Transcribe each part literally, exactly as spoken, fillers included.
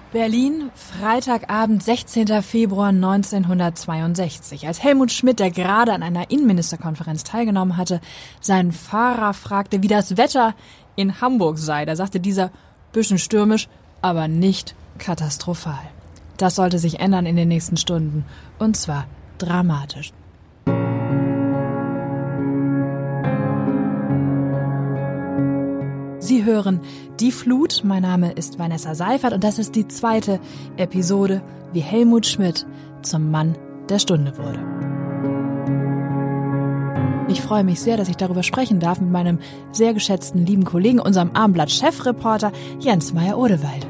Berlin, Freitagabend, sechzehnter Februar neunzehnhundertzweiundsechzig. Als Helmut Schmidt, der gerade an einer Innenministerkonferenz teilgenommen hatte, seinen Fahrer fragte, wie das Wetter in Hamburg sei. Da sagte dieser, bisschen stürmisch, aber nicht katastrophal. Das sollte sich ändern in den nächsten Stunden. Und zwar dramatisch. Sie hören Die Flut. Mein Name ist Vanessa Seifert und das ist die zweite Episode, wie Helmut Schmidt zum Mann der Stunde wurde. Ich freue mich sehr, dass ich darüber sprechen darf mit meinem sehr geschätzten lieben Kollegen, unserem Abendblatt-Chefreporter Jens Meyer-Odewald.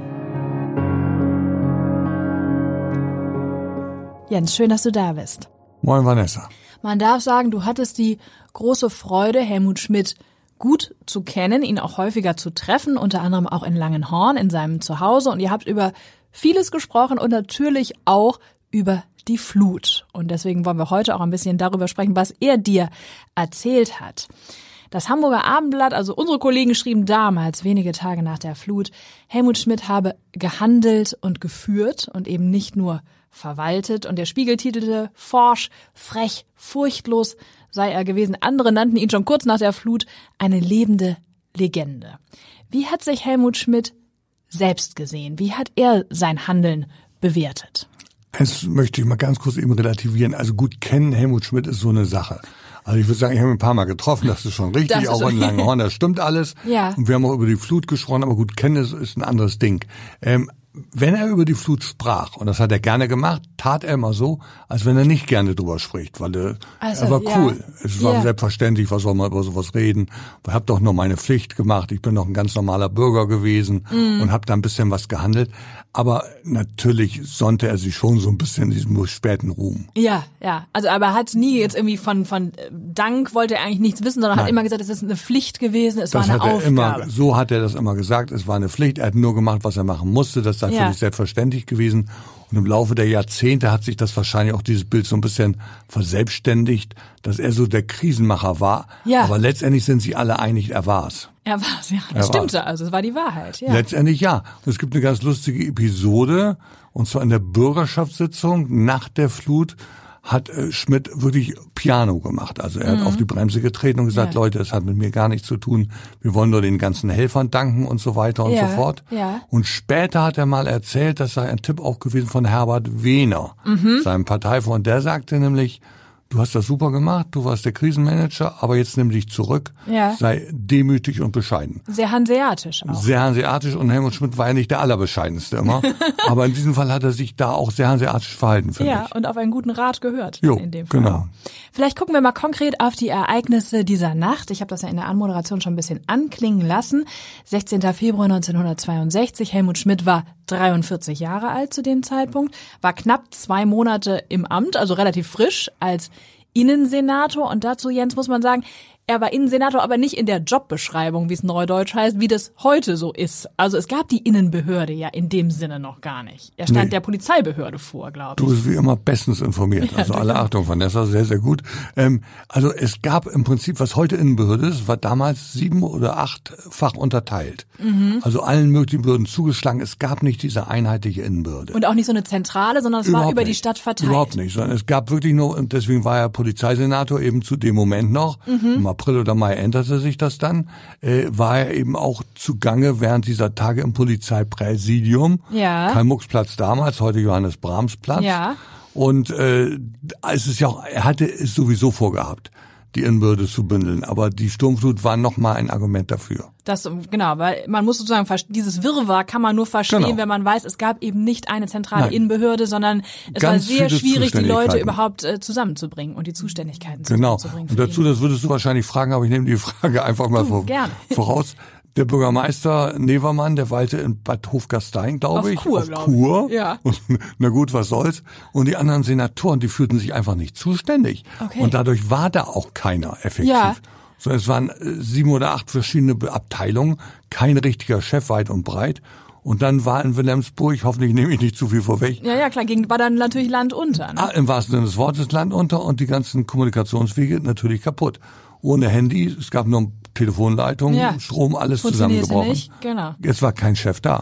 Jens, schön, dass du da bist. Moin, Vanessa. Man darf sagen, du hattest die große Freude, Helmut Schmidt gut zu kennen, ihn auch häufiger zu treffen, unter anderem auch in Langenhorn, in seinem Zuhause. Und ihr habt über vieles gesprochen und natürlich auch über die Flut. Und deswegen wollen wir heute auch ein bisschen darüber sprechen, was er dir erzählt hat. Das Hamburger Abendblatt, also unsere Kollegen, schrieben damals, wenige Tage nach der Flut, Helmut Schmidt habe gehandelt und geführt und eben nicht nur verwaltet. Und der Spiegel titelte, forsch, frech, furchtlos sei er gewesen. Andere nannten ihn schon kurz nach der Flut eine lebende Legende. Wie hat sich Helmut Schmidt selbst gesehen? Wie hat er sein Handeln bewertet? Das möchte ich mal ganz kurz eben relativieren. Also gut kennen, Helmut Schmidt ist so eine Sache. Also ich würde sagen, ich habe ihn ein paar Mal getroffen, das ist schon richtig, ist auch in Langenhorn, das stimmt alles. Ja. Und wir haben auch über die Flut gesprochen, aber gut kennen ist, ist ein anderes Ding. Ähm, Wenn er über die Flut sprach, und das hat er gerne gemacht, tat er immer so, als wenn er nicht gerne drüber spricht, weil er, also, er war ja. cool. Es war ja. selbstverständlich, was soll man über sowas reden. Ich habe doch nur meine Pflicht gemacht, ich bin doch ein ganz normaler Bürger gewesen mm. und habe da ein bisschen was gehandelt. Aber natürlich sonnte er sich schon so ein bisschen in diesem späten Ruhm. Ja, ja. Also aber er hat nie jetzt irgendwie von von Dank wollte er eigentlich nichts wissen, sondern Nein. hat immer gesagt, es ist eine Pflicht gewesen, es das war eine hat er Aufgabe. Immer, so hat er das immer gesagt, es war eine Pflicht. Er hat nur gemacht, was er machen musste. Das sei ja. völlig selbstverständlich gewesen. Und im Laufe der Jahrzehnte hat sich das wahrscheinlich auch dieses Bild so ein bisschen verselbstständigt, dass er so der Krisenmacher war. Ja. Aber letztendlich sind sie alle einig, er war's. Er war's, ja. Das stimmte, also es war die Wahrheit. Ja. Letztendlich ja. Und es gibt eine ganz lustige Episode, und zwar in der Bürgerschaftssitzung nach der Flut hat äh, Schmidt wirklich Piano gemacht. Also er mhm. hat auf die Bremse getreten und gesagt, ja. Leute, es hat mit mir gar nichts zu tun. Wir wollen nur den ganzen Helfern danken und so weiter und ja. so fort. Ja. Und später hat er mal erzählt, das sei ein Tipp auch gewesen von Herbert Wehner, mhm. seinem Parteifreund. Der sagte nämlich, du hast das super gemacht, du warst der Krisenmanager, aber jetzt nimm dich zurück, ja. sei demütig und bescheiden. Sehr hanseatisch auch. Sehr hanseatisch, und Helmut Schmidt war ja nicht der Allerbescheidenste immer. Aber in diesem Fall hat er sich da auch sehr hanseatisch verhalten, finde ja, ich. Ja, und auf einen guten Rat gehört. Jo, in dem Fall. Genau. Vielleicht gucken wir mal konkret auf die Ereignisse dieser Nacht. Ich habe das ja in der Anmoderation schon ein bisschen anklingen lassen. sechzehnter Februar neunzehnhundertzweiundsechzig. Helmut Schmidt war dreiundvierzig Jahre alt zu dem Zeitpunkt, war knapp zwei Monate im Amt, also relativ frisch als Innensenator. Und dazu, Jens, muss man sagen, er war Innensenator, aber nicht in der Jobbeschreibung, wie es neudeutsch heißt, wie das heute so ist. Also es gab die Innenbehörde ja in dem Sinne noch gar nicht. Er stand nee. der Polizeibehörde vor, glaube ich. Du bist wie immer bestens informiert. Also ja, alle Achtung, Vanessa, sehr, sehr gut. Ähm, also es gab im Prinzip, was heute Innenbehörde ist, war damals sieben- oder achtfach unterteilt. Mhm. Also allen möglichen Behörden zugeschlagen. Es gab nicht diese einheitliche Innenbehörde. Und auch nicht so eine Zentrale, sondern es Überhaupt war über nicht. die Stadt verteilt. Überhaupt nicht, sondern es gab wirklich nur, und deswegen war er Polizeisenator eben zu dem Moment noch, mhm. im April oder Mai änderte sich das dann, äh, war er eben auch zugange während dieser Tage im Polizeipräsidium. Ja. Karl-Mucks-Platz damals, heute Johannes-Brahms-Platz. Ja. Und äh, es ist ja auch, er hatte es sowieso vorgehabt, die Innenbehörde zu bündeln. Aber die Sturmflut war nochmal ein Argument dafür. Das, genau, weil man muss sozusagen, dieses Wirrwarr kann man nur verstehen, genau. wenn man weiß, es gab eben nicht eine zentrale Nein. Innenbehörde, sondern es Ganz war sehr schwierig, die Leute überhaupt äh, zusammenzubringen und die Zuständigkeiten genau. zusammenzubringen. Genau, und dazu, das würdest du wahrscheinlich fragen, aber ich nehme die Frage einfach mal du, vor, gerne. voraus. Der Bürgermeister Nevermann, der weilte in Bad Hofgastein, glaube ich. Auf Kur, auf glaube Kur. ich. Ja. Und, na gut, was soll's. Und die anderen Senatoren, die fühlten sich einfach nicht zuständig. Okay. Und dadurch war da auch keiner effektiv. Ja. So, es waren sieben oder acht verschiedene Abteilungen, kein richtiger Chef weit und breit. Und dann war in Wilhelmsburg, hoffentlich nehme ich nicht zu viel vorweg. Ja, ja, klar, gegen, war dann natürlich Land unter. Ne? Ah, im wahrsten Sinne des Wortes Land unter und die ganzen Kommunikationswege natürlich kaputt. Ohne Handy, es gab nur Telefonleitungen, ja. Strom, alles zusammengebrochen. Nicht. Genau. Es war kein Chef da.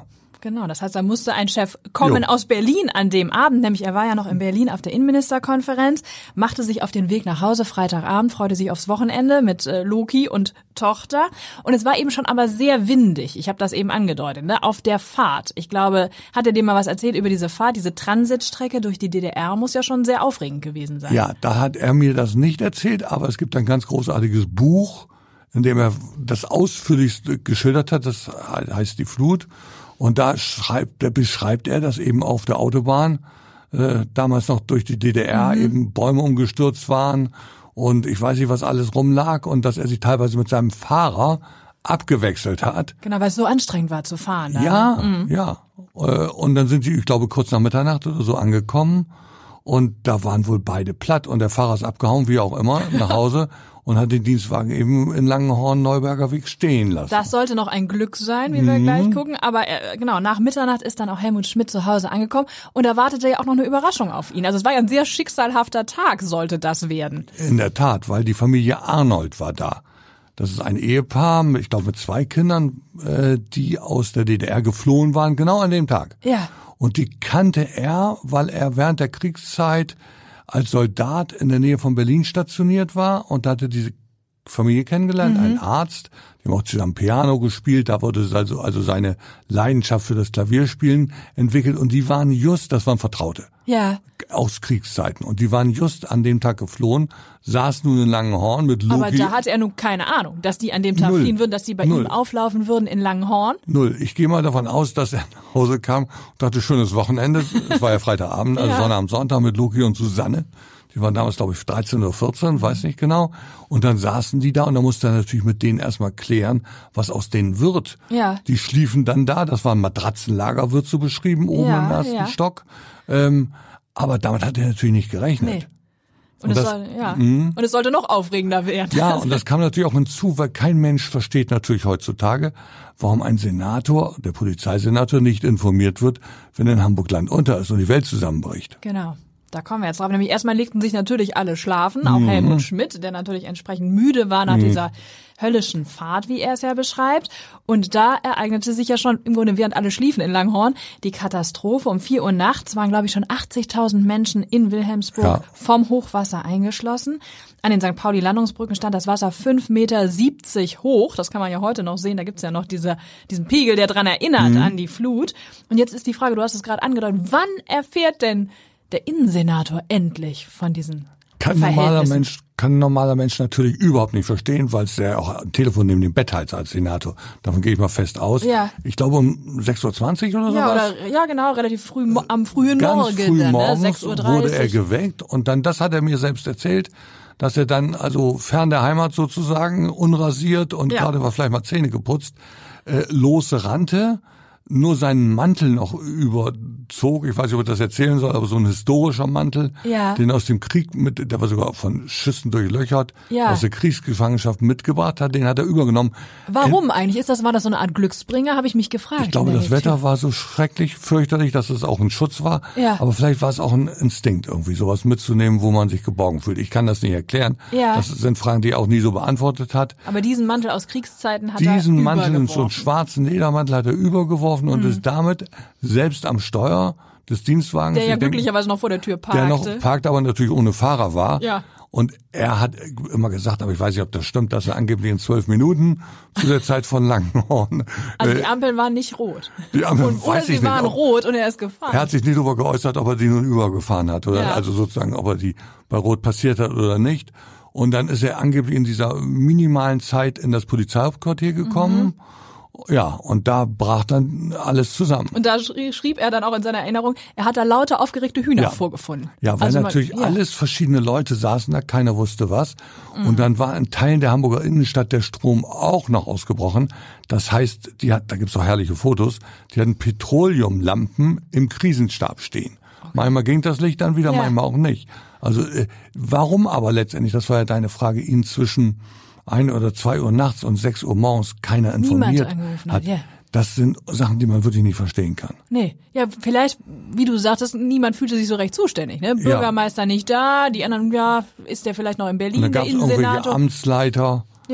Genau, das heißt, da musste ein Chef kommen jo. aus Berlin an dem Abend, nämlich er war ja noch in Berlin auf der Innenministerkonferenz, machte sich auf den Weg nach Hause Freitagabend, freute sich aufs Wochenende mit äh, Loki und Tochter und es war eben schon aber sehr windig, ich habe das eben angedeutet, ne? Auf der Fahrt. Ich glaube, hat er dir mal was erzählt über diese Fahrt, diese Transitstrecke durch die D D R muss ja schon sehr aufregend gewesen sein. Ja, da hat er mir das nicht erzählt, aber es gibt ein ganz großartiges Buch, in dem er das ausführlichst geschildert hat, das heißt Die Flut. Und da schreibt, da beschreibt er, dass eben auf der Autobahn äh, damals noch durch die D D R mhm. eben Bäume umgestürzt waren und ich weiß nicht, was alles rumlag und dass er sich teilweise mit seinem Fahrer abgewechselt hat. Genau, weil es so anstrengend war zu fahren. Dann. Ja, mhm. ja. Und dann sind sie, ich glaube, kurz nach Mitternacht oder so angekommen und da waren wohl beide platt und der Fahrer ist abgehauen, wie auch immer, nach Hause. Und hat den Dienstwagen eben in Langenhorn-Neuberger Weg stehen lassen. Das sollte noch ein Glück sein, wie wir mhm. gleich gucken. Aber äh, genau, nach Mitternacht ist dann auch Helmut Schmidt zu Hause angekommen. Und da wartete ja auch noch eine Überraschung auf ihn. Also es war ja ein sehr schicksalhafter Tag, sollte das werden. In der Tat, weil die Familie Arnold war da. Das ist ein Ehepaar, ich glaube mit zwei Kindern, äh, die aus der D D R geflohen waren, genau an dem Tag. Ja. Und die kannte er, weil er während der Kriegszeit als Soldat in der Nähe von Berlin stationiert war und hatte diese Familie kennengelernt, mhm. einen Arzt, die haben auch zusammen Piano gespielt, da wurde also, also seine Leidenschaft für das Klavierspielen entwickelt und die waren just, das waren Vertraute. Ja. Aus Kriegszeiten und die waren just an dem Tag geflohen, saßen nun in Langenhorn mit Loki. Aber da hatte er nun keine Ahnung, dass die an dem Tag Null. fliehen würden, dass die bei Null. ihm auflaufen würden in Langenhorn. Null. Ich gehe mal davon aus, dass er nach Hause kam und dachte, schönes Wochenende. Es war ja Freitagabend, also ja. Sonnabend, Sonntag mit Loki und Susanne. Die waren damals, glaube ich, dreizehn oder vierzehn, weiß nicht genau. Und dann saßen die da und da musste er natürlich mit denen erstmal klären, was aus denen wird. Ja. Die schliefen dann da, das war ein Matratzenlager, wird so beschrieben, oben ja, im ersten ja. Stock. Ähm, aber damit hat er natürlich nicht gerechnet. Nee. Und, und, es das, soll, ja. und es sollte noch aufregender werden. Ja, und das kam natürlich auch hinzu, weil kein Mensch versteht natürlich heutzutage, warum ein Senator, der Polizeisenator, nicht informiert wird, wenn in Hamburg Land unter ist und die Welt zusammenbricht. Genau. Da kommen wir jetzt drauf. Nämlich erstmal legten sich natürlich alle schlafen, auch mhm. Helmut Schmidt, der natürlich entsprechend müde war nach mhm. dieser höllischen Fahrt, wie er es ja beschreibt. Und da ereignete sich ja schon im Grunde, während alle schliefen in Langenhorn, die Katastrophe. Um vier Uhr nachts waren, glaube ich, schon achtzigtausend Menschen in Wilhelmsburg ja. vom Hochwasser eingeschlossen. An den Sankt Pauli-Landungsbrücken stand das Wasser fünf Meter siebzig hoch. Das kann man ja heute noch sehen. Da gibt's ja noch diese, diesen Pegel, der dran erinnert mhm. an die Flut. Und jetzt ist die Frage, du hast es gerade angedeutet, wann erfährt denn der Innensenator endlich von diesen Kein normaler Mensch, kann ein normaler Mensch natürlich überhaupt nicht verstehen, weil es ja auch ein Telefon neben dem Bett hat als Senator. Davon gehe ich mal fest aus. Ja. Ich glaube um sechs Uhr zwanzig oder ja, sowas. Oder, ja, genau, relativ früh, am frühen Ganz Morgen. Früh dann, morgens ne? sechs Uhr dreißig wurde er geweckt und dann, das hat er mir selbst erzählt, dass er dann also fern der Heimat sozusagen, unrasiert und ja. gerade war vielleicht mal Zähne geputzt, äh, losrannte, nur seinen Mantel noch überzog. Ich weiß nicht, ob ich das erzählen soll, aber so ein historischer Mantel, ja. den aus dem Krieg mit, der war sogar von Schüssen durchlöchert, ja. aus der Kriegsgefangenschaft mitgebracht hat, den hat er übergenommen. Warum eigentlich? Ist das, war das so eine Art Glücksbringer? Habe ich mich gefragt. Ich glaube, das Wetter war so schrecklich, fürchterlich, dass es auch ein Schutz war. Ja. Aber vielleicht war es auch ein Instinkt, irgendwie sowas mitzunehmen, wo man sich geborgen fühlt. Ich kann das nicht erklären. Ja. Das sind Fragen, die er auch nie so beantwortet hat. Aber diesen Mantel aus Kriegszeiten hat diesen er Diesen Mantel, so einen schwarzen Ledermantel hat er übergeworfen und mhm. ist damit selbst am Steuer des Dienstwagens, der ja glücklicherweise noch vor der Tür parkte. Der noch parkt, aber natürlich ohne Fahrer war. Ja. Und er hat immer gesagt, aber ich weiß nicht, ob das stimmt, dass er angeblich in zwölf Minuten zu der Zeit von Langenhorn. Also die Ampeln waren nicht rot. Die Ampeln, und, oder weiß sie ich waren nicht, rot und er ist gefahren. Er hat sich nicht darüber geäußert, ob er die nun übergefahren hat oder ja. also sozusagen, ob er die bei Rot passiert hat oder nicht. Und dann ist er angeblich in dieser minimalen Zeit in das Polizeihauptquartier gekommen. Mhm. Ja, und da brach dann alles zusammen. Und da schrieb er dann auch in seiner Erinnerung, er hat da lauter aufgeregte Hühner ja. vorgefunden. Ja, weil also natürlich man, ja. alles verschiedene Leute saßen da, keiner wusste was. Mhm. Und dann war in Teilen der Hamburger Innenstadt der Strom auch noch ausgebrochen. Das heißt, die hat, da gibt's auch herrliche Fotos, die hatten Petroleumlampen im Krisenstab stehen. Okay. Manchmal ging das Licht dann wieder, ja. manchmal auch nicht. Also äh, warum aber letztendlich, das war ja deine Frage, ihn zwischen ein oder zwei Uhr nachts und sechs Uhr morgens keiner informiert hat. Yeah. Das sind Sachen, die man wirklich nicht verstehen kann. Nee, ja, vielleicht, wie du sagtest, niemand fühlte sich so recht zuständig. Ne? Bürgermeister ja. nicht da, die anderen, ja, ist der vielleicht noch in Berlin, und da der Innensenator. Amtsleiter. Ja.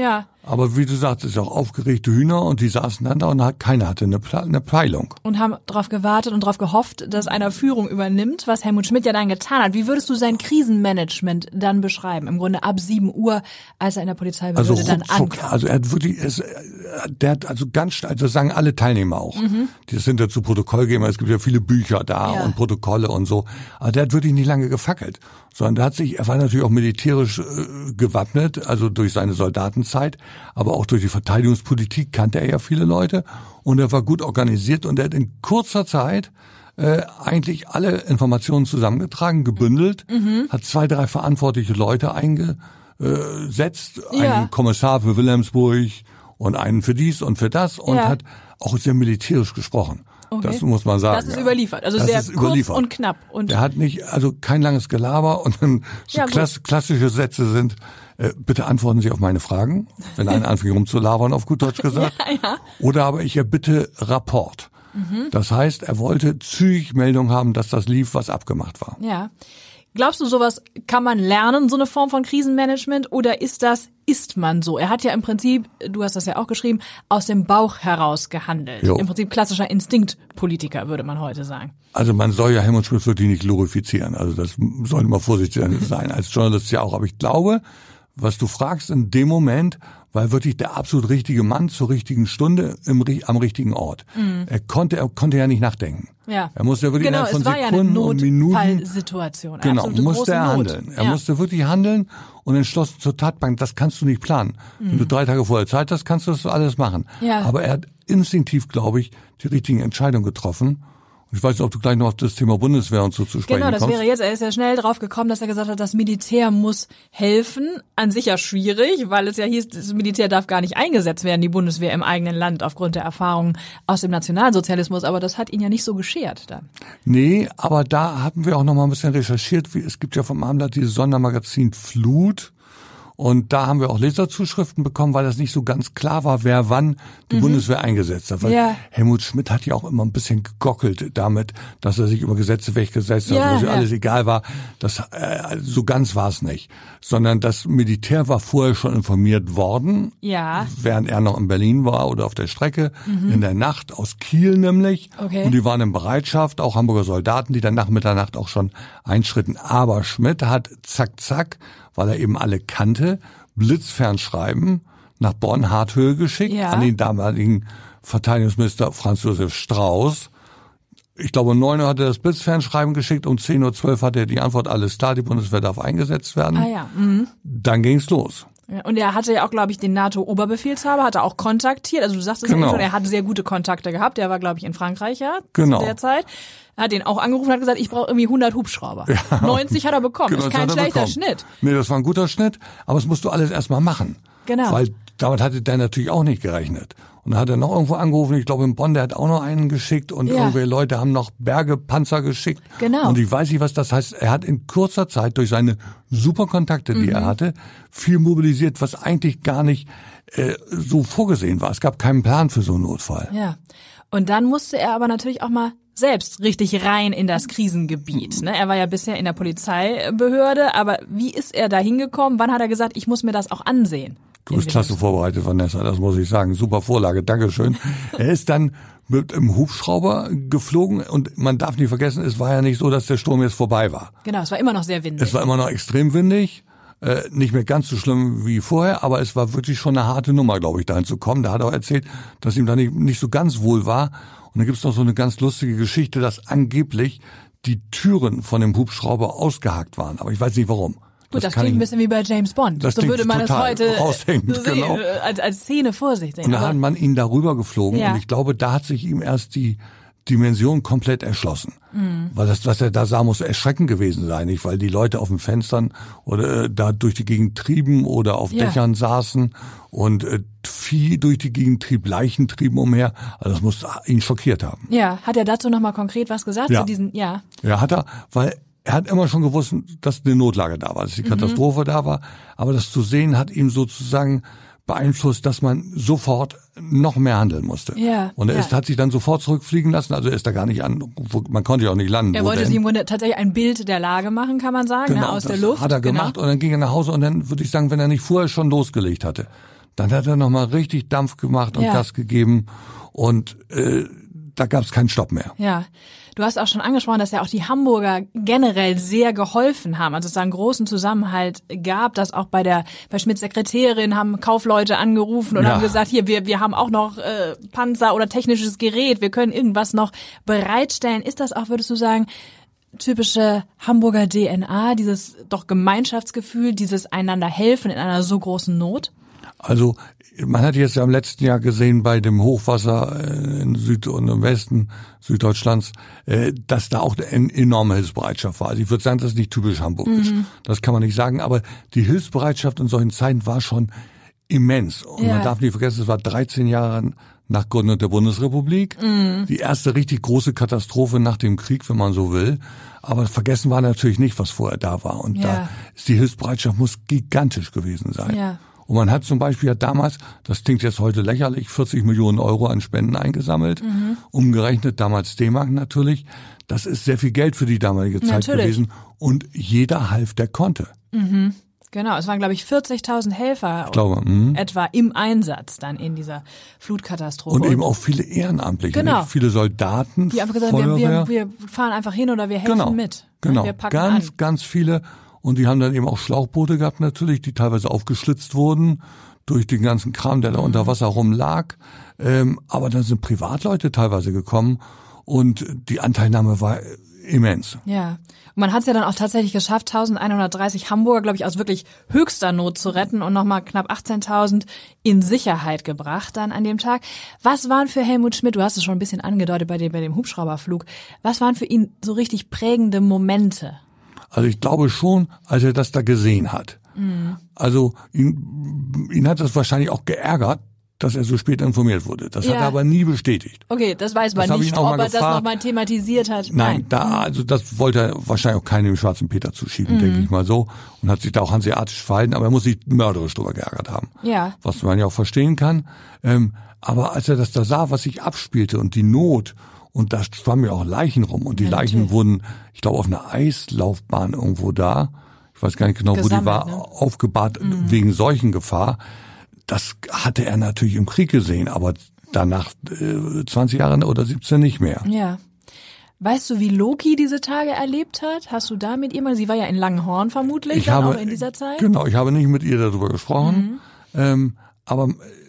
Aber wie du sagst, es ist auch aufgeregte Hühner und die saßen dann da und hat, keiner hatte eine, eine Peilung. Und haben darauf gewartet und darauf gehofft, dass einer Führung übernimmt, was Helmut Schmidt ja dann getan hat. Wie würdest du sein Krisenmanagement dann beschreiben? Im Grunde ab sieben Uhr, als er in der Polizeibehörde also dann ruckzuck, ankam. Also er hat wirklich, es, der hat also ganz, also das sagen alle Teilnehmer auch. Mhm. Die sind ja zu Protokollgeber, es gibt ja viele Bücher da ja. und Protokolle und so. Aber der hat wirklich nicht lange gefackelt, sondern der hat sich, er war natürlich auch militärisch äh, gewappnet, also durch seine Soldatenzeit, aber auch durch die Verteidigungspolitik kannte er ja viele Leute und er war gut organisiert und er hat in kurzer Zeit äh, eigentlich alle Informationen zusammengetragen, gebündelt, mhm. hat zwei, drei verantwortliche Leute eingesetzt, ja. einen Kommissar für Wilhelmsburg und einen für dies und für das und ja. hat auch sehr militärisch gesprochen. Okay. Das muss man sagen. Das ist überliefert, also das sehr kurz überliefert. Und knapp. Und der hat nicht, also kein langes Gelaber und dann so ja, klass, klassische Sätze sind, äh, bitte antworten Sie auf meine Fragen, wenn einer anfängt rumzulabern, auf gut Deutsch gesagt. ja, ja. Oder aber ich erbitte Rapport. Mhm. Das heißt, er wollte zügig Meldung haben, dass das lief, was abgemacht war. Ja. Glaubst du, sowas kann man lernen, so eine Form von Krisenmanagement, oder ist das, ist man so? Er hat ja im Prinzip, du hast das ja auch geschrieben, aus dem Bauch heraus gehandelt. Jo. Im Prinzip klassischer Instinktpolitiker, würde man heute sagen. Also man soll ja Helmut Schmidt wirklich nicht glorifizieren. Also das sollte man vorsichtig sein, als Journalist ja auch. Aber ich glaube, was du fragst, in dem Moment war wirklich der absolut richtige Mann zur richtigen Stunde im, am richtigen Ort. Mhm. Er konnte, er konnte ja nicht nachdenken. Ja. Er musste ja wirklich genau, innerhalb von es war Sekunden ja eine und Minuten. Notfallsituation. Genau, musste er handeln. Not. Er ja. musste wirklich handeln und entschlossen zur Tat bringen. Das kannst du nicht planen. Mhm. Wenn du drei Tage vorher Zeit hast, kannst du das alles machen. Ja. Aber er hat instinktiv, glaube ich, die richtigen Entscheidungen getroffen. Ich weiß nicht, ob du gleich noch auf das Thema Bundeswehr und so zu sprechen kommst. Genau, das kommst. wäre jetzt, er ist ja schnell drauf gekommen, dass er gesagt hat, das Militär muss helfen. An sich ja schwierig, weil es ja hieß, das Militär darf gar nicht eingesetzt werden, die Bundeswehr im eigenen Land, aufgrund der Erfahrungen aus dem Nationalsozialismus. Aber das hat ihn ja nicht so geschert dann. Nee, aber da haben wir auch noch mal ein bisschen recherchiert. Es gibt ja vom Abendblatt dieses Sondermagazin Flut. Und da haben wir auch Leserzuschriften bekommen, weil das nicht so ganz klar war, wer wann die mhm. Bundeswehr eingesetzt hat. Weil ja. Helmut Schmidt hat ja auch immer ein bisschen gegockelt damit, dass er sich über Gesetze weggesetzt hat, ja, wo ja. alles egal war. Das, äh, so ganz war es nicht. Sondern das Militär war vorher schon informiert worden, ja. während er noch in Berlin war oder auf der Strecke, mhm. in der Nacht aus Kiel nämlich. Okay. Und die waren in Bereitschaft, auch Hamburger Soldaten, die dann nach Mitternacht auch schon einschritten. Aber Schmidt hat zack, zack, weil er eben alle kannte, Blitzfernschreiben nach Bonn-Harthöhe geschickt, ja. an den damaligen Verteidigungsminister Franz Josef Strauß. Ich glaube, um neun Uhr hat er das Blitzfernschreiben geschickt, um zehn Uhr zwölf hat er die Antwort, alles klar, die Bundeswehr darf eingesetzt werden. Ah, ja. Mhm. Dann ging's los. Ja, und er hatte ja auch, glaube ich, den NATO-Oberbefehlshaber, hat er auch kontaktiert. Also du sagst es genau. ja schon, er hat sehr gute Kontakte gehabt. Der war, glaube ich, in Frankreich ja genau. zu der Zeit. Er hat ihn auch angerufen und hat gesagt, ich brauche irgendwie hundert Hubschrauber. Ja. neunzig hat er bekommen. Genau, das ist kein schlechter bekommen. Schnitt. Nee, das war ein guter Schnitt, aber das musst du alles erstmal machen. Genau. Weil damit hatte der natürlich auch nicht gerechnet. Und dann hat er noch irgendwo angerufen, ich glaube in Bonn, der hat auch noch einen geschickt und ja. irgendwelche Leute haben noch Berge Panzer geschickt. Genau. Und ich weiß nicht, was das heißt. Er hat in kurzer Zeit durch seine super Kontakte, die mhm. er hatte, viel mobilisiert, was eigentlich gar nicht äh, so vorgesehen war. Es gab keinen Plan für so einen Notfall. Ja. Und dann musste er aber natürlich auch mal selbst richtig rein in das Krisengebiet. Ne? Er war ja bisher in der Polizeibehörde, aber wie ist er da hingekommen? Wann hat er gesagt, ich muss mir das auch ansehen? Du bist klasse vorbereitet, Vanessa, das muss ich sagen. Super Vorlage, Dankeschön. Er ist dann mit einem Hubschrauber geflogen und man darf nicht vergessen, es war ja nicht so, dass der Sturm jetzt vorbei war. Genau, es war immer noch sehr windig. Es war immer noch extrem windig, äh, nicht mehr ganz so schlimm wie vorher, aber es war wirklich schon eine harte Nummer, glaube ich, dahin zu kommen. Der hat auch erzählt, dass ihm da nicht, nicht so ganz wohl war. Und da gibt's noch so eine ganz lustige Geschichte, dass angeblich die Türen von dem Hubschrauber ausgehakt waren, aber ich weiß nicht warum. Gut, das, das klingt ein bisschen wie bei James Bond. Das so würde man es heute raushängen, sehen, genau. als, als Szene vor sich sehen. Und da hat man ihn darüber geflogen ja. und ich glaube, da hat sich ihm erst die Dimension komplett erschlossen. Mhm. Weil das, was er da sah, muss erschreckend gewesen sein, nicht? Weil die Leute auf den Fenstern oder äh, da durch die Gegend trieben oder auf ja. Dächern saßen und äh, Vieh durch die Gegend trieb, Leichen trieben umher. Also das muss ihn schockiert haben. Ja, hat er dazu nochmal konkret was gesagt? Ja. Zu diesen, ja. Ja, hat er, weil er hat immer schon gewusst, dass eine Notlage da war, dass die Katastrophe mhm. da war. Aber das zu sehen hat ihm sozusagen beeinflusst, dass man sofort noch mehr handeln musste. Ja, und er ja. ist, hat sich dann sofort zurückfliegen lassen. Also er ist da gar nicht an, man konnte ja auch nicht landen. Er wollte sich im Grunde tatsächlich ein Bild der Lage machen, kann man sagen, genau, ne, aus das der Luft. Hat er gemacht genau. und dann ging er nach Hause und dann würde ich sagen, wenn er nicht vorher schon losgelegt hatte, dann hat er nochmal richtig Dampf gemacht und ja. Gas gegeben und äh, da gab es keinen Stopp mehr. Ja, du hast auch schon angesprochen, dass ja auch die Hamburger generell sehr geholfen haben, also es da einen großen Zusammenhalt gab, dass auch bei der bei Schmidts Sekretärin haben Kaufleute angerufen und ja. haben gesagt, hier, wir wir haben auch noch äh, Panzer oder technisches Gerät, wir können irgendwas noch bereitstellen. Ist das auch, würdest du sagen, typische Hamburger D N A, dieses doch Gemeinschaftsgefühl, dieses einander helfen in einer so großen Not? Also man hat jetzt ja im letzten Jahr gesehen bei dem Hochwasser in Süd- und im Westen Süddeutschlands, dass da auch eine enorme Hilfsbereitschaft war. Also ich würde sagen, das ist nicht typisch hamburgisch. Mhm. Das kann man nicht sagen, aber die Hilfsbereitschaft in solchen Zeiten war schon immens. Und ja. man darf nicht vergessen, es war dreizehn Jahre nach Gründung der Bundesrepublik. Mhm. Die erste richtig große Katastrophe nach dem Krieg, wenn man so will. Aber vergessen war natürlich nicht, was vorher da war. Und ja. da ist die Hilfsbereitschaft muss gigantisch gewesen sein. Ja. Und man hat zum Beispiel ja damals, das klingt jetzt heute lächerlich, vierzig Millionen Euro an Spenden eingesammelt, mhm. umgerechnet, damals D-Mark natürlich. Das ist sehr viel Geld für die damalige Zeit natürlich. gewesen. Und jeder half, der konnte. Mhm. Genau, es waren, glaube ich, vierzigtausend Helfer ich glaube, mh. etwa im Einsatz dann in dieser Flutkatastrophe. Und eben auch viele Ehrenamtliche, genau. nicht? Viele Soldaten, die einfach gesagt haben, wir, wir, wir fahren einfach hin oder wir helfen genau. mit. Genau, wir packen ganz, an. ganz viele. Und die haben dann eben auch Schlauchboote gehabt natürlich, die teilweise aufgeschlitzt wurden durch den ganzen Kram, der da mhm. unter Wasser rumlag. Ähm, aber dann sind Privatleute teilweise gekommen und die Anteilnahme war immens. Ja, und man hat es ja dann auch tatsächlich geschafft, elfhundertdreißig Hamburger, glaube ich, aus wirklich höchster Not zu retten und nochmal knapp achtzehntausend in Sicherheit gebracht dann an dem Tag. Was waren für Helmut Schmidt, du hast es schon ein bisschen angedeutet bei dem, bei dem Hubschrauberflug, was waren für ihn so richtig prägende Momente? Also ich glaube schon, als er das da gesehen hat. Mhm. Also ihn, ihn hat das wahrscheinlich auch geärgert, dass er so spät informiert wurde. Das ja. hat er aber nie bestätigt. Okay, das weiß man das nicht, ob er gefragt. das nochmal thematisiert hat. Nein, Nein, da, also das wollte er wahrscheinlich auch keinem Schwarzen Peter zuschieben, mhm. denke ich mal so. Und hat sich da auch hanseatisch verhalten, aber er muss sich mörderisch drüber geärgert haben. Ja. Was man ja auch verstehen kann. Ähm, aber als er das da sah, was sich abspielte und die Not, und da schwammen ja auch Leichen rum. Und die ja, Leichen natürlich. wurden, ich glaube, auf einer Eislaufbahn irgendwo da. Ich weiß gar nicht genau, Gesammelt, wo die war, ne? aufgebahrt mhm. wegen Seuchengefahr. Das hatte er natürlich im Krieg gesehen, aber danach äh, zwanzig Jahre oder siebzehn nicht mehr. Ja. Weißt du, wie Loki diese Tage erlebt hat? Hast du da mit ihr mal, sie war ja in Langenhorn vermutlich, ich dann habe, auch in dieser Zeit? Genau, ich habe nicht mit ihr darüber gesprochen. Mhm. Ähm, aber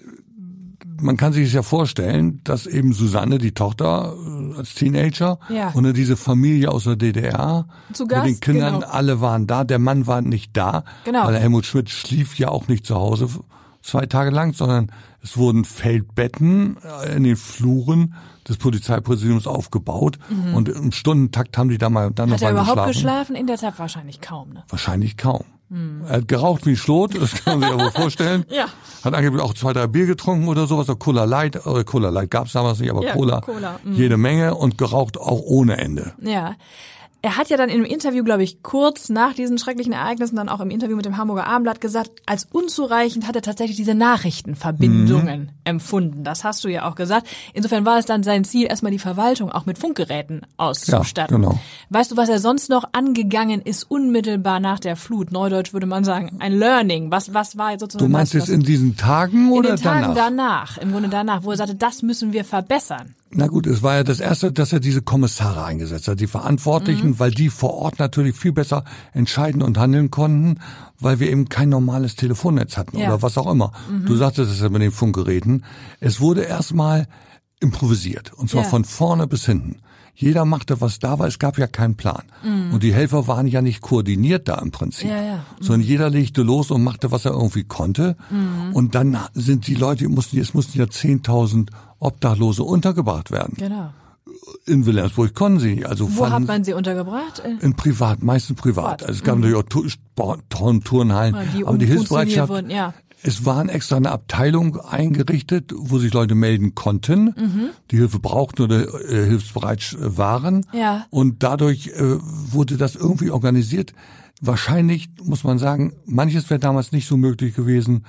man kann sich es ja vorstellen, dass eben Susanne, die Tochter, als Teenager ja. und diese Familie aus der D D R zu Gast, mit den Kindern, genau. alle waren da. Der Mann war nicht da, genau. weil Helmut Schmidt schlief ja auch nicht zu Hause zwei Tage lang, sondern es wurden Feldbetten in den Fluren des Polizeipräsidiums aufgebaut mhm. und im Stundentakt haben die da mal dann hat noch mal geschlafen. Hat er überhaupt geschlafen? In der Tat wahrscheinlich kaum, ne? Wahrscheinlich kaum. Mhm. Er hat geraucht wie ein Schlot, das kann man sich ja wohl vorstellen. Ja. Hat angeblich auch zwei, drei Bier getrunken oder sowas, oder Cola Light, oder Cola Light gab's damals nicht, aber ja, Cola, Cola. Mhm. jede Menge und geraucht auch ohne Ende. Ja. Er hat ja dann im Interview, glaube ich, kurz nach diesen schrecklichen Ereignissen dann auch im Interview mit dem Hamburger Abendblatt gesagt, als unzureichend hat er tatsächlich diese Nachrichtenverbindungen mhm. empfunden. Das hast du ja auch gesagt. Insofern war es dann sein Ziel, erstmal die Verwaltung auch mit Funkgeräten auszustatten. Ja, genau. Weißt du, was er sonst noch angegangen ist, unmittelbar nach der Flut? Neudeutsch würde man sagen, ein Learning. Was, was war sozusagen... Du meinst jetzt in diesen Tagen oder danach? In den Tagen danach? danach, im Grunde danach, wo er sagte, das müssen wir verbessern. Na gut, es war ja das Erste, dass er diese Kommissare eingesetzt hat, die Verantwortlichen, mhm. weil die vor Ort natürlich viel besser entscheiden und handeln konnten, weil wir eben kein normales Telefonnetz hatten ja. oder was auch immer. Mhm. Du sagtest es ja mit den Funkgeräten. Es wurde erstmal improvisiert und zwar ja. von vorne bis hinten. Jeder machte, was da war, es gab ja keinen Plan. Mhm. Und die Helfer waren ja nicht koordiniert da im Prinzip, ja, ja. Mhm. sondern jeder legte los und machte, was er irgendwie konnte. Mhm. Und dann sind die Leute, mussten, es mussten ja zehntausend Obdachlose untergebracht werden. Genau. In Wilhelmsburg konnten sie nicht. Also Wo hat man sie untergebracht? In privat, meistens privat. Also es gab mhm. natürlich auch Turnhallen, die aber die Hilfsbereitschaft, wurden, ja. es waren extra eine Abteilung eingerichtet, wo sich Leute melden konnten, mhm. die Hilfe brauchten oder äh, hilfsbereit waren. Ja. Und dadurch äh, wurde das irgendwie organisiert. Wahrscheinlich, muss man sagen, manches wäre damals nicht so möglich gewesen,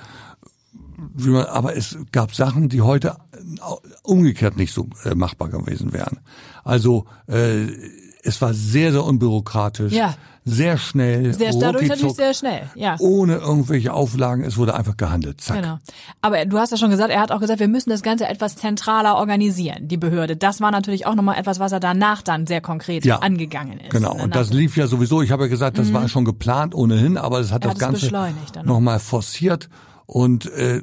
wie man, aber es gab Sachen, die heute umgekehrt nicht so äh, machbar gewesen wären. Also äh, es war sehr, sehr unbürokratisch. Ja. Sehr schnell. Sehr, dadurch natürlich sehr schnell, ja. Ohne irgendwelche Auflagen, es wurde einfach gehandelt. Zack. Genau. Aber du hast ja schon gesagt, er hat auch gesagt, wir müssen das Ganze etwas zentraler organisieren, die Behörde. Das war natürlich auch nochmal etwas, was er danach dann sehr konkret ja. angegangen ist. Genau, und das lief ja sowieso, ich habe ja gesagt, das mhm. war schon geplant ohnehin, aber es hat er das hat Ganze nochmal forciert und äh,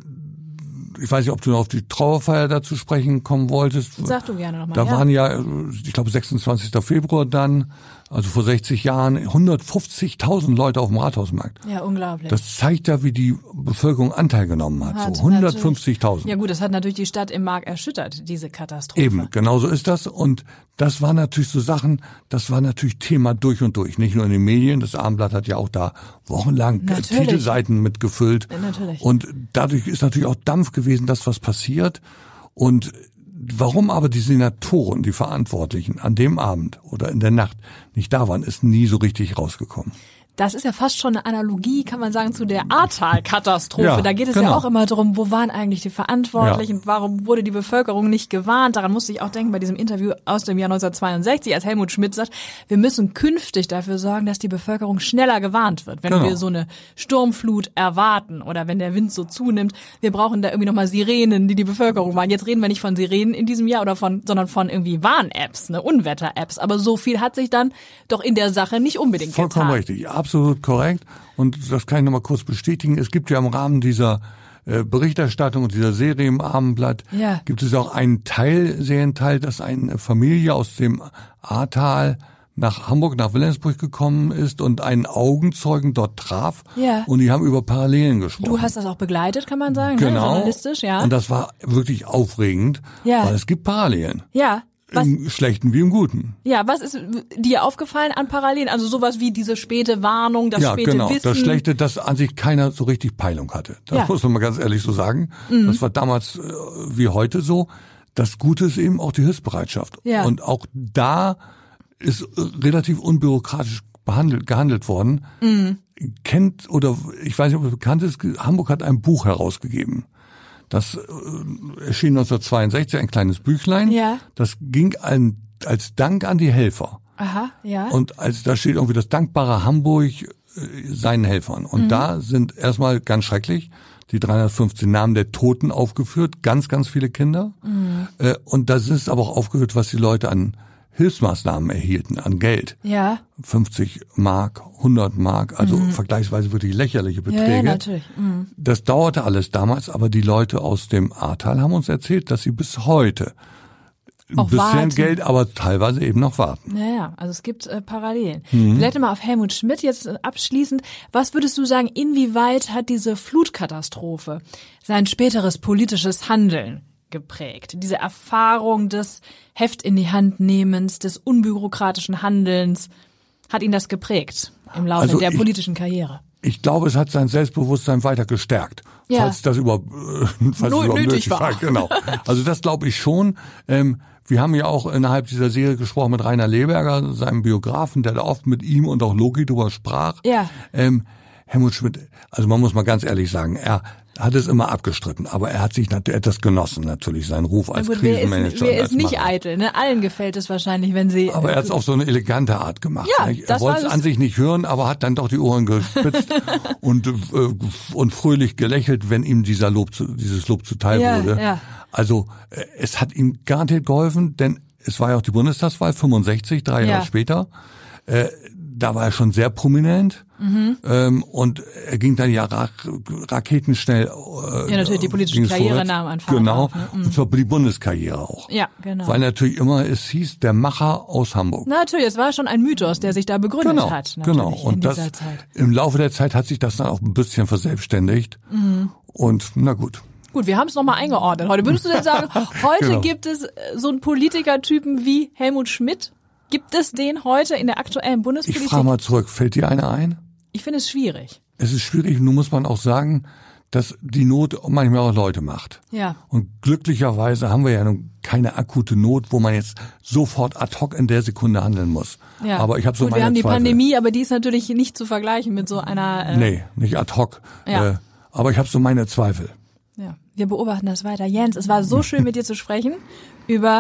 ich weiß nicht, ob du noch auf die Trauerfeier dazu sprechen kommen wolltest. Sag du gerne nochmal. Da ja. waren ja, ich glaube, sechsundzwanzigster Februar dann, also vor sechzig Jahren, hundertfünfzigtausend Leute auf dem Rathausmarkt. Ja, unglaublich. Das zeigt ja, wie die Bevölkerung Anteil genommen hat. hat so hundertfünfzigtausend. Ja gut, das hat natürlich die Stadt im Mark erschüttert, diese Katastrophe. Eben, genau so ist das. Und das war natürlich so Sachen, das war natürlich Thema durch und durch. Nicht nur in den Medien, das Abendblatt hat ja auch da wochenlang natürlich. Titelseiten mitgefüllt. Ja, natürlich. Und dadurch ist natürlich auch Dampf gewesen, dass was passiert. Und warum aber die Senatoren, die Verantwortlichen an dem Abend oder in der Nacht nicht da waren, ist nie so richtig rausgekommen. Das ist ja fast schon eine Analogie, kann man sagen, zu der Ahrtal-Katastrophe. Ja, da geht es genau. ja auch immer darum, wo waren eigentlich die Verantwortlichen, ja. warum wurde die Bevölkerung nicht gewarnt. Daran musste ich auch denken bei diesem Interview aus dem Jahr neunzehnhundertzweiundsechzig, als Helmut Schmidt sagt, wir müssen künftig dafür sorgen, dass die Bevölkerung schneller gewarnt wird. Wenn genau. wir so eine Sturmflut erwarten oder wenn der Wind so zunimmt, wir brauchen da irgendwie nochmal Sirenen, die die Bevölkerung warnen. Jetzt reden wir nicht von Sirenen in diesem Jahr oder von, sondern von irgendwie Warn-Apps, ne, Unwetter-Apps. Aber so viel hat sich dann doch in der Sache nicht unbedingt getan. Vollkommen richtig. Absolut korrekt. Und das kann ich nochmal kurz bestätigen. Es gibt ja im Rahmen dieser äh, Berichterstattung und dieser Serie im Abendblatt, ja. gibt es auch einen Teil, Serienteil, dass eine Familie aus dem Ahrtal nach Hamburg, nach Wilhelmsburg gekommen ist und einen Augenzeugen dort traf. Ja. Und die haben über Parallelen gesprochen. Du hast das auch begleitet, kann man sagen, genau. ne? Journalistisch, ja. Und das war wirklich aufregend, ja. weil es gibt Parallelen. Ja. Was, im Schlechten wie im Guten. Ja, was ist dir aufgefallen an Parallelen? Also sowas wie diese späte Warnung, das ja, späte genau. Wissen. Das Schlechte, dass an sich keiner so richtig Peilung hatte. Das ja. muss man mal ganz ehrlich so sagen. Mhm. Das war damals äh, wie heute so. Das Gute ist eben auch die Hilfsbereitschaft. Ja. Und auch da ist relativ unbürokratisch behandelt, gehandelt worden. Mhm. Kennt, oder ich weiß nicht, ob es bekannt ist, Hamburg hat ein Buch herausgegeben. Das äh, erschien neunzehnhundertzweiundsechzig, ein kleines Büchlein. Ja. Das ging ein, als Dank an die Helfer. Aha, ja. Und als da steht irgendwie das dankbare Hamburg äh, seinen Helfern. Und mhm. da sind erstmal ganz schrecklich die dreihundertfünfzehn Namen der Toten aufgeführt, ganz, ganz viele Kinder. Mhm. Äh, und da ist aber auch aufgeführt, was die Leute an Hilfsmaßnahmen erhielten, an Geld. Ja. fünfzig Mark, hundert Mark, also mhm. vergleichsweise wirklich lächerliche Beträge. Ja, ja, natürlich. Mhm. Das dauerte alles damals, aber die Leute aus dem Ahrtal haben uns erzählt, dass sie bis heute ein auch bisschen warten. Geld, aber teilweise eben noch warten. Naja, also es gibt äh, Parallelen. Mhm. Vielleicht mal auf Helmut Schmidt jetzt äh, abschließend. Was würdest du sagen, inwieweit hat diese Flutkatastrophe sein späteres politisches Handeln geprägt? Diese Erfahrung des Heft in die Hand nehmens, des unbürokratischen Handelns, hat ihn das geprägt im Laufe also der ich, politischen Karriere? Ich glaube, es hat sein Selbstbewusstsein weiter gestärkt, ja. falls das über, äh, falls Nö, es überhaupt nötig nötig war. war. Genau. Also das glaube ich schon. Ähm, wir haben ja auch innerhalb dieser Serie gesprochen mit Rainer Leberger, seinem Biografen, der da oft mit ihm und auch Loki drüber sprach. Ja. Ähm, Helmut Schmidt, also man muss mal ganz ehrlich sagen, er hat es immer abgestritten, aber er hat sich natürlich etwas genossen, natürlich seinen Ruf als gut, Krisenmanager. Wer ist, wer ist nicht eitel, ne? Allen gefällt es wahrscheinlich, wenn sie... Aber er hat es auf so eine elegante Art gemacht. Ja, nicht? das Er wollte es war an sich nicht hören, aber hat dann doch die Ohren gespitzt und äh, und fröhlich gelächelt, wenn ihm dieser Lob zu, dieses Lob zuteil ja, wurde. Ja. Also äh, es hat ihm garantiert geholfen, denn es war ja auch die Bundestagswahl, fünfundsechzig, drei ja. Jahre später. Äh, da war er schon sehr prominent. Mhm. Ähm, und er ging dann ja ra raketenschnell. Äh, ja, natürlich, die politische Karriere nahm an Fahrt Genau, auf, ne? Mhm. und zwar die Bundeskarriere auch. Ja, genau. Weil natürlich immer es hieß, der Macher aus Hamburg. Na, natürlich, es war schon ein Mythos, der sich da begründet genau, hat. Genau, und in das, dieser Zeit. Im Laufe der Zeit hat sich das dann auch ein bisschen verselbstständigt. Mhm. Und na gut. Gut, wir haben es nochmal eingeordnet heute. Würdest du denn sagen, heute genau. gibt es so einen Politikertypen wie Helmut Schmidt? Gibt es den heute in der aktuellen Bundespolitik? Ich frage mal zurück, fällt dir einer ein? Ich finde es schwierig. Es ist schwierig, nun muss man auch sagen, dass die Not manchmal auch Leute macht. Ja. Und glücklicherweise haben wir ja nun keine akute Not, wo man jetzt sofort ad hoc in der Sekunde handeln muss. Ja. Aber ich habe so Gut, meine wir haben die Zweifel. Pandemie, aber die ist natürlich nicht zu vergleichen mit so einer... Äh nee, nicht ad hoc. Ja. Äh, aber ich habe so meine Zweifel. Ja, wir beobachten das weiter. Jens, es war so schön, mit dir zu sprechen über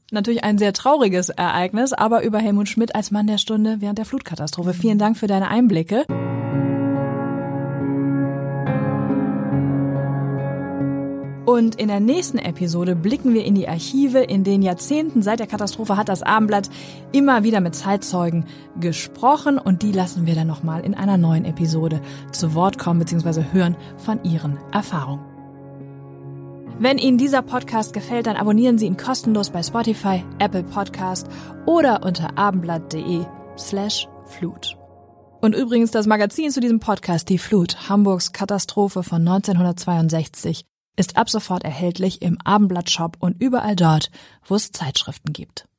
Natürlich ein sehr trauriges Ereignis, aber über Helmut Schmidt als Mann der Stunde während der Flutkatastrophe. Vielen Dank für deine Einblicke. Und in der nächsten Episode blicken wir in die Archive. In den Jahrzehnten seit der Katastrophe hat das Abendblatt immer wieder mit Zeitzeugen gesprochen und die lassen wir dann nochmal in einer neuen Episode zu Wort kommen bzw. hören von ihren Erfahrungen. Wenn Ihnen dieser Podcast gefällt, dann abonnieren Sie ihn kostenlos bei Spotify, Apple Podcast oder unter abendblatt.de slash Flut. Und übrigens das Magazin zu diesem Podcast, Die Flut, Hamburgs Katastrophe von neunzehnhundertzweiundsechzig, ist ab sofort erhältlich im Abendblatt-Shop und überall dort, wo es Zeitschriften gibt.